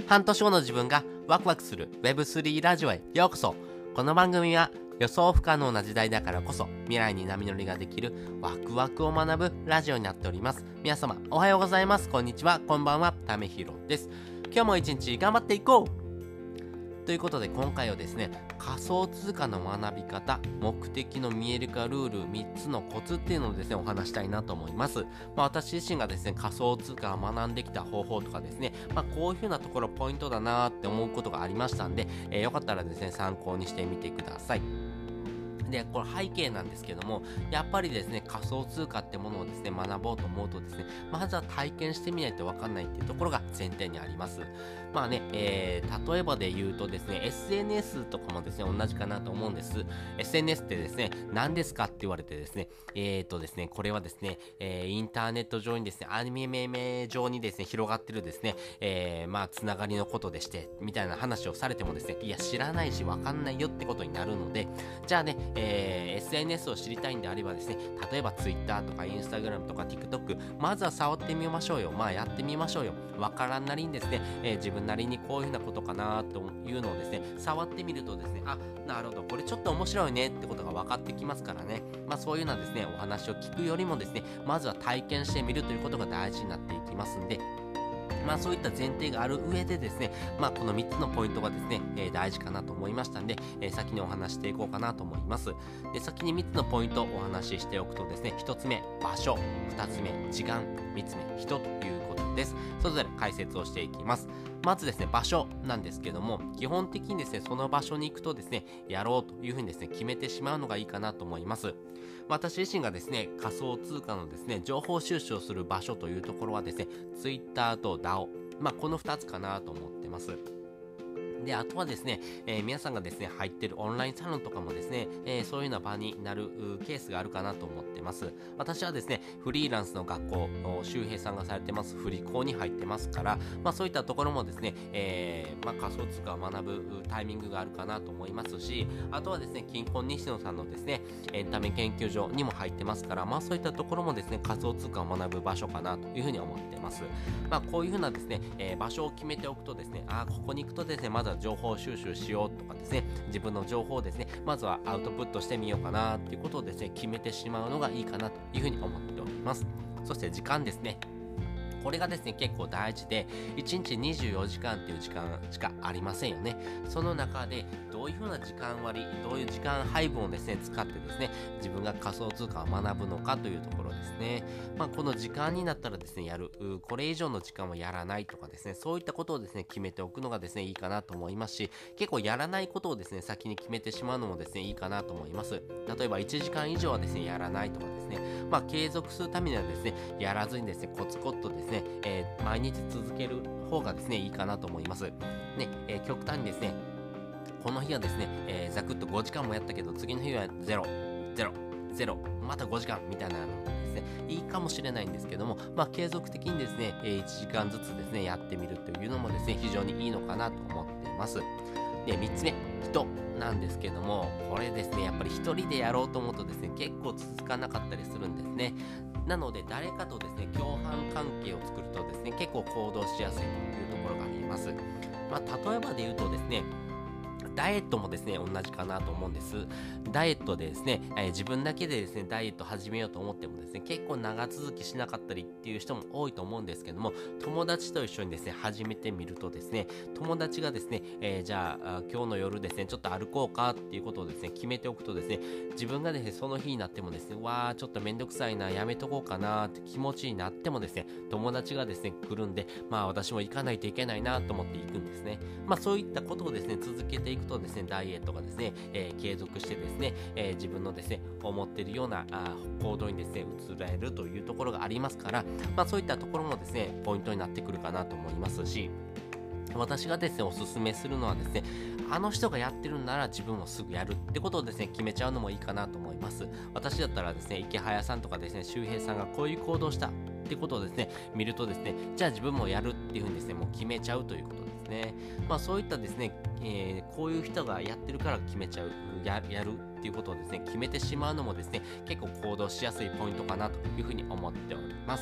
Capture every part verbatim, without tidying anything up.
半年後の自分がワクワクする ウェブスリー ラジオへようこそ。この番組は予想不可能な時代だからこそ未来に波乗りができるワクワクを学ぶラジオになっております。皆様おはようございます。こんにちは、こんばんは。ためひろです。今日も一日頑張っていこうということで、今回はですね、仮想通貨の学び方、目的の見える化ルールみっつのコツっていうのをですね、お話したいなと思います。まあ、私自身がですね、仮想通貨を学んできた方法とかですね、まあ、こういう風なところポイントだなーって思うことがありましたんで、えー、よかったらですね、参考にしてみてください。で、これ背景なんですけども、やっぱりですね、仮想通貨ってものをですね、学ぼうと思うとですね、まずは体験してみないとわかんないっていうところが前提にあります。まあね、えー、例えばで言うとですね、エスエヌエス とかもですね、同じかなと思うんです。エスエヌエス ってですね、何ですかって言われてですね、えーとですね、これはですね、えー、インターネット上にですね、アニメ上にですね、広がってるですね、えー、まあ、つながりのことでして、みたいな話をされてもですね、いや、知らないしわかんないよってことになるので、じゃあね、えー、エスエヌエス を知りたいんであればですね、例えば Twitter とか Instagram とか TikTok、まずは触ってみましょうよ。まあやってみましょうよ。わからんなりにですね、えー、自分なりにこういうふうなことかなというのをですね、触ってみるとですね、あ、なるほど、これちょっと面白いねってことが分かってきますからね。まあそういうのはですね、お話を聞くよりもですね、まずは体験してみるということが大事になっていきますんで、まあそういった前提がある上でですね、まあこのみっつのポイントがですね、えー、大事かなと思いましたんで、えー、先にお話していこうかなと思います。で、先にみっつのポイントをお話ししておくとですね、ひとつめ、場所、ふたつめ、時間、みっつめ、人ということです。それぞれ解説をしていきます。まずですね、場所なんですけども、基本的にですね、その場所に行くとですね、やろうというふうにですね、決めてしまうのがいいかなと思います。私自身がですね、仮想通貨のですね、情報収集をする場所というところはですね、Twitter と ダオ、まあこのふたつかなと思ってます。で、あとはですね、えー、皆さんがですね、入ってるオンラインサロンとかもですね、えー、そういうような場になるケースがあるかなと思ってます。私はですね、フリーランスの学校、周平さんがされてます振り子に入ってますから、まあそういったところもですね、えー、まあ仮想通貨を学ぶタイミングがあるかなと思いますし、あとはですね、金婚西野さんのですね、エンタメ研究所にも入ってますから、まあそういったところもですね、仮想通貨を学ぶ場所かなというふうに思ってます。まあこういうふうなですね、えー、場所を決めておくとですね、あ、ここに行くとですね、まずは情報収集しようとかですね、自分の情報をですね、まずはアウトプットしてみようかなっていうことをですね、決めてしまうのがいいかなというふうに思っております。そして時間ですね。これがですね、結構大事で、いちにちにじゅうよじかんっていう時間しかありませんよね。その中で、どういうふうな時間割、どういう時間配分をですね、使ってですね、自分が仮想通貨を学ぶのかというところですね。まあ、この時間になったらですね、やる、これ以上の時間はやらないとかですね、そういったことをですね、決めておくのがですね、いいかなと思いますし、結構やらないことをですね、先に決めてしまうのもですね、いいかなと思います。例えば、いちじかん以上はですね、やらないとかですね、まあ、継続するためにはですね、やらずにですね、コツコツとですね、えー、毎日続ける方がですね、いいかなと思います。ね、えー、極端にですね、この日はですね、えー、ざくっとごじかんもやったけど、次の日はゼロ、ゼロ、ゼロ、またごじかんみたいなのですね、いいかもしれないんですけども、まあ、継続的にですね、えー、いちじかんずつですね、やってみるというのもですね、非常にいいのかなと思っています。で、みっつめ、人なんですけども、これですね、やっぱり一人でやろうと思うとですね、結構続かなかったりするんですね。なので、誰かとですね、共犯関係を作るとですね、結構行動しやすいというところがあります。まあ、例えばで言うとですね、ダイエットもですね、同じかなと思うんです。ダイエットでですね、えー、自分だけでですね、ダイエット始めようと思ってもですね、結構長続きしなかったりっていう人も多いと思うんですけども、友達と一緒にですね、始めてみるとですね、友達がですね、えー、じゃあ、今日の夜ですね、ちょっと歩こうかっていうことをですね、決めておくとですね、自分がですね、その日になってもですね、わー、ちょっとめんどくさいな、やめとこうかなって気持ちになってもですね、友達がですね、来るんで、まあ私も行かないといけないなと思って行くんですね。まあそういったことをですね、続けていくとですね、ダイエットがですね、えー、継続してですね、えー、自分のですね、思っているようなあ行動にですね、移られるというところがありますから、まあそういったところもですね、ポイントになってくるかなと思いますし、私がですね、おすすめするのはですね、あの人がやってるんなら自分もすぐやるってことをですね、決めちゃうのもいいかなと思います。私だったらですね、池早さんとかですね、周平さんがこういう行動したってことをですね、見るとですね、じゃあ自分もやるっていうふうにですね、もう決めちゃうということですね。まあそういったですね、えー、こういう人がやってるから決めちゃう、や、やるっていうことをですね、決めてしまうのもですね、結構行動しやすいポイントかなというふうに思っております。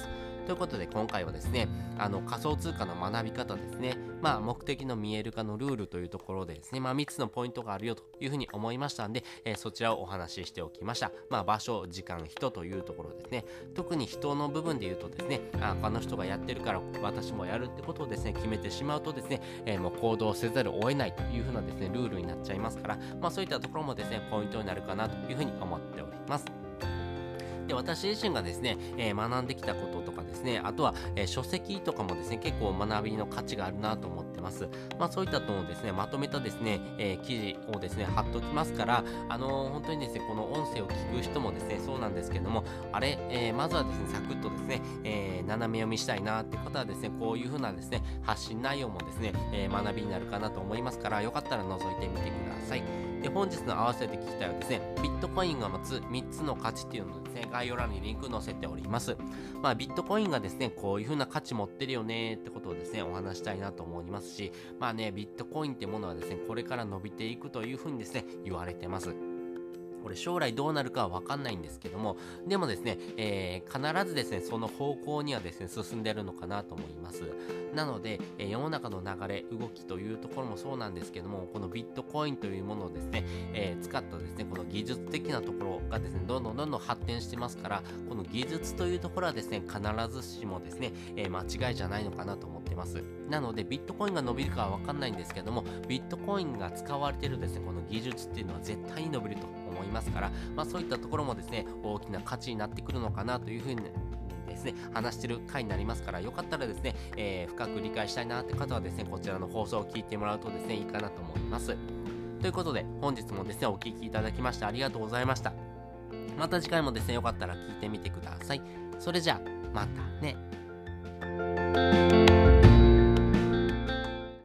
ということで今回はですね、あの仮想通貨の学び方ですね、まあ目的の見える化のルールというところでですね、まあみっつのポイントがあるよというふうに思いましたんで、えー、そちらをお話ししておきました。まあ場所、時間、人というところですね。特に人の部分で言うとですね、あ他の人がやってるから私もやるってことをですね、決めてしまうとですね、えー、もう行動せざるを得ないというふうなですね、ルールになっちゃいますから、まあそういったところもですね、ポイントになるかなというふうに思っております。で私自身がですね、えー、学んできたこととかですね、あとは、えー、書籍とかもですね、結構学びの価値があるなと思ってます。まあそういったのをですね、まとめたですね、えー、記事をですね、貼っときますから、あのー、本当にですね、この音声を聞く人もですね、そうなんですけども、あれ、えー、まずはですね、サクッとですね、えー、斜め読みしたいなって方はですね、こういう風なですね、発信内容もですね、えー、学びになるかなと思いますから、よかったら覗いてみてください。で本日の合わせて聞きたいはですね、ビットコインが持つみっつの価値っていうのをですね、概要欄にリンク載せております。まあビットコインがですね、こういう風な価値持ってるよねってことをですね、お話したいなと思いますし、まあね、ビットコインってものはですね、これから伸びていくという風にですね、言われてます。これ将来どうなるかは分かんないんですけども、でもですね、えー、必ずですね、その方向にはですね、進んでるのかなと思います。なので、えー、世の中の流れ、動きというところもそうなんですけども、このビットコインというものをですね、えー、使ったですね、この技術的なところがですね、どんどんどんどん発展してますから、この技術というところはですね、必ずしもですね、えー、間違いじゃないのかなと思ってます。なので、ビットコインが伸びるかは分かんないんですけども、ビットコインが使われているですね、この技術っていうのは絶対に伸びると思いますから、まあ、そういったところもですね、大きな価値になってくるのかなというふうにですね、話してる回になりますから、よかったらですね、えー、深く理解したいなって方はですね、こちらの放送を聞いてもらうとですね、いいかなと思います。ということで、本日もですね、お聞きいただきましてありがとうございました。また次回もですね、よかったら聞いてみてください。それじゃあ、またね。